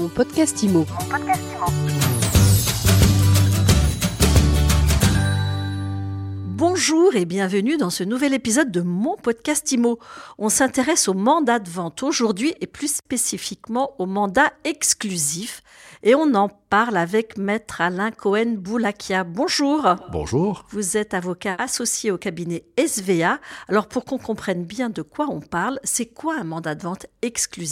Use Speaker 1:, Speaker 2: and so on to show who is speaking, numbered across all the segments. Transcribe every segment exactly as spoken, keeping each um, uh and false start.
Speaker 1: podcast Imo.
Speaker 2: Mon podcast Imo.
Speaker 3: Bonjour et bienvenue dans ce nouvel épisode de mon podcast Imo. On s'intéresse au mandat de vente aujourd'hui et plus spécifiquement au mandat exclusif. Et on en parle avec Maître Alain Cohen-Boulakia. Bonjour.
Speaker 4: Bonjour.
Speaker 3: Vous êtes avocat associé au cabinet S V A. Alors pour qu'on comprenne bien de quoi on parle, c'est quoi un mandat de vente exclusif ?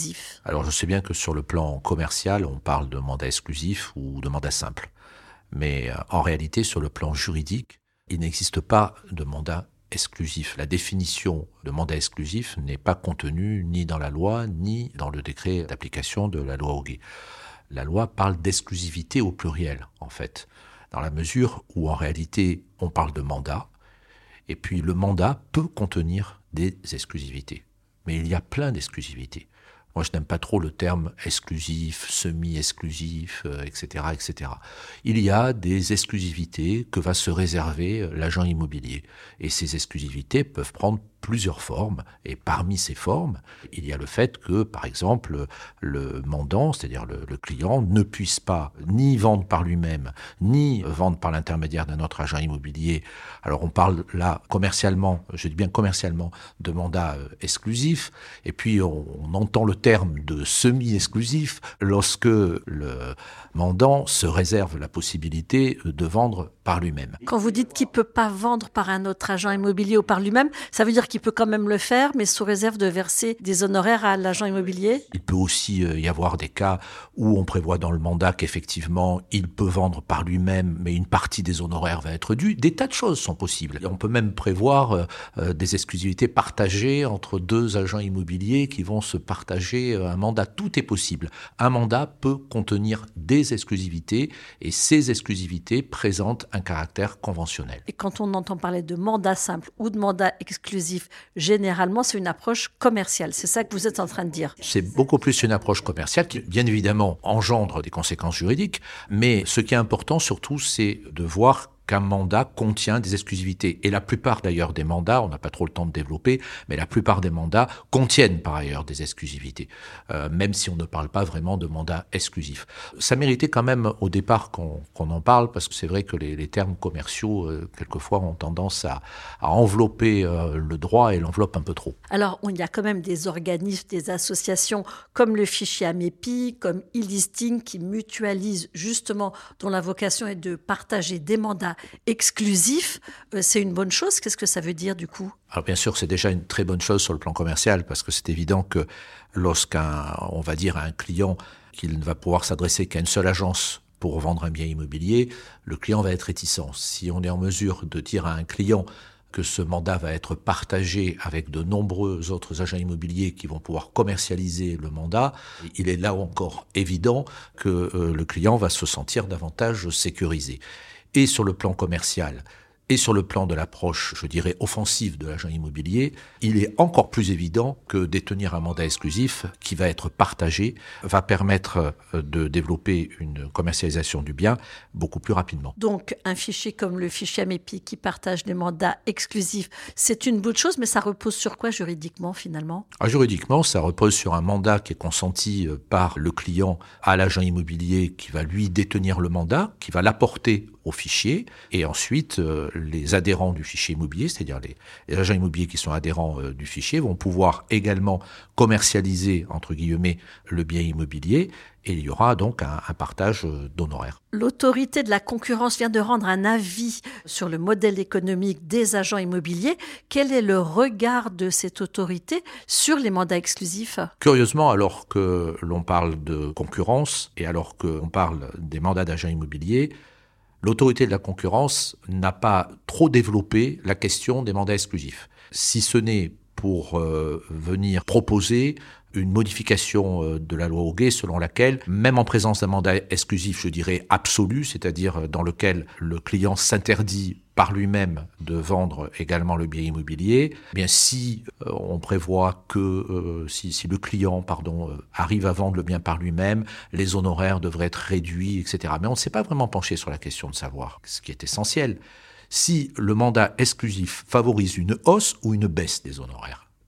Speaker 4: Alors je sais bien que sur le plan commercial, on parle de mandat exclusif ou de mandat simple. Mais euh, en réalité, sur le plan juridique, il n'existe pas de mandat exclusif. La définition de mandat exclusif n'est pas contenue ni dans la loi, ni dans le décret d'application de la loi Hoguet. La loi parle d'exclusivité au pluriel, en fait, dans la mesure où, en réalité, on parle de mandat, et puis le mandat peut contenir des exclusivités. Mais il y a plein d'exclusivités. Moi, je n'aime pas trop le terme exclusif, semi-exclusif, euh, et cetera, et cetera. Il y a des exclusivités que va se réserver l'agent immobilier. Et ces exclusivités peuvent prendre plusieurs formes. Et parmi ces formes, il y a le fait que, par exemple, le mandant, c'est-à-dire le, le client, ne puisse pas ni vendre par lui-même, ni vendre par l'intermédiaire d'un autre agent immobilier. Alors, on parle là, commercialement, je dis bien commercialement, de mandat euh, exclusif. Et puis, on, on entend le terme de semi-exclusif lorsque le mandant se réserve la possibilité de vendre par lui-même.
Speaker 3: Quand vous dites qu'il ne peut pas vendre par un autre agent immobilier ou par lui-même, ça veut dire qu'il peut quand même le faire, mais sous réserve de verser des honoraires à l'agent immobilier ?
Speaker 4: Il peut aussi y avoir des cas où on prévoit dans le mandat qu'effectivement, il peut vendre par lui-même, mais une partie des honoraires va être due. Des tas de choses sont possibles. Et on peut même prévoir euh, des exclusivités partagées entre deux agents immobiliers qui vont se partager un mandat. Tout est possible. Un mandat peut contenir des exclusivités et ces exclusivités présentent un caractère conventionnel.
Speaker 3: Et quand on entend parler de mandat simple ou de mandat exclusif, généralement, c'est une approche commerciale. C'est ça que vous êtes en train de dire.
Speaker 4: C'est beaucoup plus une approche commerciale qui, bien évidemment, engendre des conséquences juridiques. Mais ce qui est important, surtout, c'est de voir qu'un mandat contient des exclusivités. Et la plupart d'ailleurs des mandats, on n'a pas trop le temps de développer, mais la plupart des mandats contiennent par ailleurs des exclusivités, euh, même si on ne parle pas vraiment de mandat exclusif. Ça méritait quand même au départ qu'on, qu'on en parle, parce que c'est vrai que les, les termes commerciaux, euh, quelquefois, ont tendance à, à envelopper euh, le droit et l'enveloppent un peu trop.
Speaker 3: Alors, il y a quand même des organismes, des associations comme le fichier Amepi, comme e-listing, qui mutualisent justement, dont la vocation est de partager des mandats exclusif, euh, c'est une bonne chose. Qu'est-ce que ça veut dire du coup ?
Speaker 4: Alors bien sûr, c'est déjà une très bonne chose sur le plan commercial, parce que c'est évident que lorsqu'un, on va dire à un client qu'il ne va pouvoir s'adresser qu'à une seule agence pour vendre un bien immobilier, le client va être réticent. Si on est en mesure de dire à un client que ce mandat va être partagé avec de nombreux autres agents immobiliers qui vont pouvoir commercialiser le mandat, il est là encore évident que euh, le client va se sentir davantage sécurisé. Et sur le plan commercial, et sur le plan de l'approche, je dirais, offensive de l'agent immobilier, il est encore plus évident que détenir un mandat exclusif qui va être partagé va permettre de développer une commercialisation du bien beaucoup plus rapidement.
Speaker 3: Donc, un fichier comme le fichier Amepi qui partage des mandats exclusifs, c'est une bonne chose, mais ça repose sur quoi juridiquement finalement ?
Speaker 4: Alors, juridiquement, ça repose sur un mandat qui est consenti par le client à l'agent immobilier qui va lui détenir le mandat, qui va l'apporter au fichier, et ensuite euh, les adhérents du fichier immobilier, c'est-à-dire les, les agents immobiliers qui sont adhérents euh, du fichier, vont pouvoir également commercialiser, entre guillemets, le bien immobilier, et il y aura donc un, un partage euh, d'honoraires.
Speaker 3: L'autorité de la concurrence vient de rendre un avis sur le modèle économique des agents immobiliers. Quel est le regard de cette autorité sur les mandats exclusifs ?
Speaker 4: Curieusement, alors que l'on parle de concurrence, et alors qu'on parle des mandats d'agents immobiliers, l'autorité de la concurrence n'a pas trop développé la question des mandats exclusifs, si ce n'est pour euh, venir proposer une modification euh, de la loi Hoguet selon laquelle, même en présence d'un mandat exclusif, je dirais absolu, c'est-à-dire dans lequel le client s'interdit par lui-même de vendre également le bien immobilier, eh bien si euh, on prévoit que euh, si, si le client pardon, euh, arrive à vendre le bien par lui-même, les honoraires devraient être réduits, et cetera. Mais on ne s'est pas vraiment penché sur la question de savoir ce qui est essentiel. Si le mandat exclusif favorise une hausse ou une baisse des honoraires.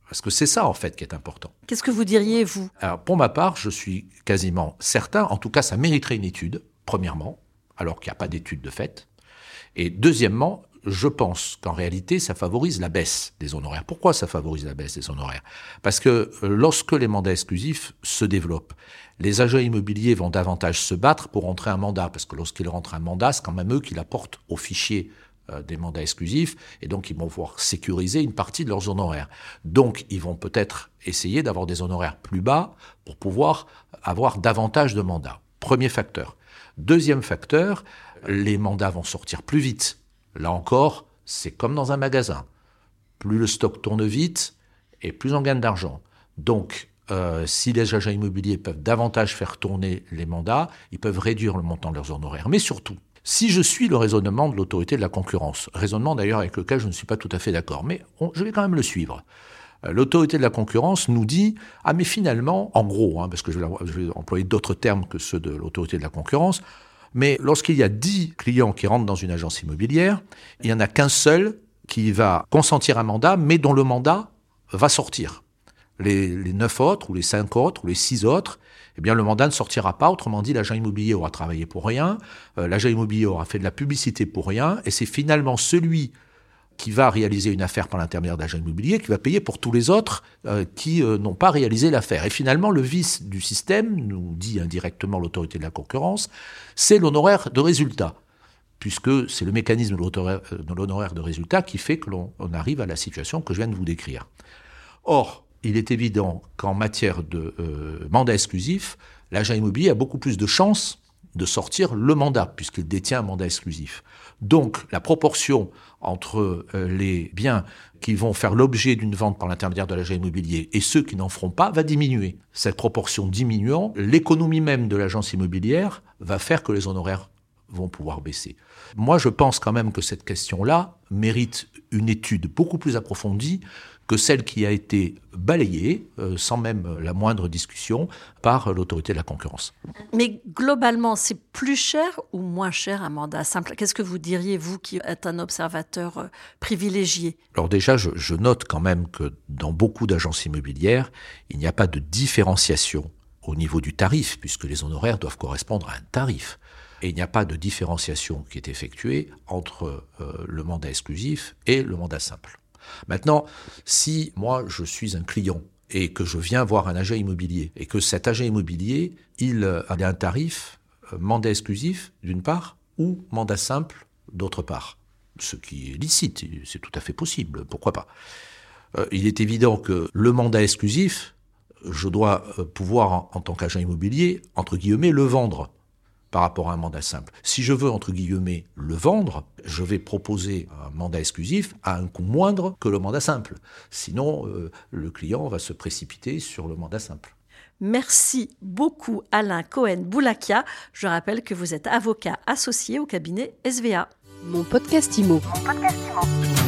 Speaker 4: Parce que c'est ça, en fait, qui est important.
Speaker 3: Qu'est-ce que vous diriez, vous ?
Speaker 4: Alors, pour ma part, je suis quasiment certain, en tout cas, ça mériterait une étude, premièrement, alors qu'il n'y a pas d'étude de fait. Et deuxièmement, je pense qu'en réalité, ça favorise la baisse des honoraires. Pourquoi ça favorise la baisse des honoraires ? Parce que lorsque les mandats exclusifs se développent, les agents immobiliers vont davantage se battre pour rentrer un mandat, parce que lorsqu'ils rentrent un mandat, c'est quand même eux qui l'apportent au fichier des mandats exclusifs, et donc ils vont pouvoir sécuriser une partie de leurs honoraires. Donc ils vont peut-être essayer d'avoir des honoraires plus bas pour pouvoir avoir davantage de mandats. Premier facteur. Deuxième facteur, les mandats vont sortir plus vite. Là encore, c'est comme dans un magasin. Plus le stock tourne vite, et plus on gagne d'argent. Donc, euh, si les agents immobiliers peuvent davantage faire tourner les mandats, ils peuvent réduire le montant de leurs honoraires. Mais surtout, si je suis le raisonnement de l'autorité de la concurrence, raisonnement d'ailleurs avec lequel je ne suis pas tout à fait d'accord, mais on, je vais quand même le suivre. Euh, l'autorité de la concurrence nous dit « Ah mais finalement, en gros, hein, parce que je vais, je vais employer d'autres termes que ceux de l'autorité de la concurrence, mais lorsqu'il y a dix clients qui rentrent dans une agence immobilière, il n'y en a qu'un seul qui va consentir un mandat, mais dont le mandat va sortir. Les, les neuf autres, ou les cinq autres, ou les six autres, eh bien, le mandat ne sortira pas. Autrement dit, l'agent immobilier aura travaillé pour rien, euh, l'agent immobilier aura fait de la publicité pour rien, et c'est finalement celui qui va réaliser une affaire par l'intermédiaire d'agent immobilier qui va payer pour tous les autres euh, qui euh, n'ont pas réalisé l'affaire. Et finalement, le vice du système, nous dit indirectement l'autorité de la concurrence, c'est l'honoraire de résultat, puisque c'est le mécanisme de l'honoraire, de l'honoraire de résultat qui fait que l'on on arrive à la situation que je viens de vous décrire. Or, il est évident qu'en matière de euh, mandat exclusif, l'agent immobilier a beaucoup plus de chances de sortir le mandat, puisqu'il détient un mandat exclusif. Donc, la proportion entre euh, les biens qui vont faire l'objet d'une vente par l'intermédiaire de l'agent immobilier et ceux qui n'en feront pas va diminuer. Cette proportion diminuant, l'économie même de l'agence immobilière va faire que les honoraires vont pouvoir baisser. Moi, je pense quand même que cette question-là mérite une étude beaucoup plus approfondie que celle qui a été balayée, euh, sans même la moindre discussion, par l'autorité de la concurrence.
Speaker 3: Mais globalement, c'est plus cher ou moins cher un mandat simple ? Qu'est-ce que vous diriez, vous qui êtes un observateur euh, privilégié ?
Speaker 4: Alors déjà, je, je note quand même que dans beaucoup d'agences immobilières, il n'y a pas de différenciation au niveau du tarif, puisque les honoraires doivent correspondre à un tarif. Et il n'y a pas de différenciation qui est effectuée entre euh, le mandat exclusif et le mandat simple. Maintenant, si moi je suis un client et que je viens voir un agent immobilier et que cet agent immobilier, il a un tarif euh, mandat exclusif d'une part ou mandat simple d'autre part, ce qui est licite, c'est tout à fait possible, pourquoi pas. Euh, il est évident que le mandat exclusif, je dois euh, pouvoir en, en tant qu'agent immobilier, entre guillemets, le vendre par rapport à un mandat simple. Si je veux, entre guillemets, le vendre, je vais proposer un mandat exclusif à un coût moindre que le mandat simple. Sinon, euh, le client va se précipiter sur le mandat simple.
Speaker 3: Merci beaucoup Alain Cohen-Boulakia. Je rappelle que vous êtes avocat associé au cabinet S V A.
Speaker 1: Mon podcast Imo. Mon podcast Imo.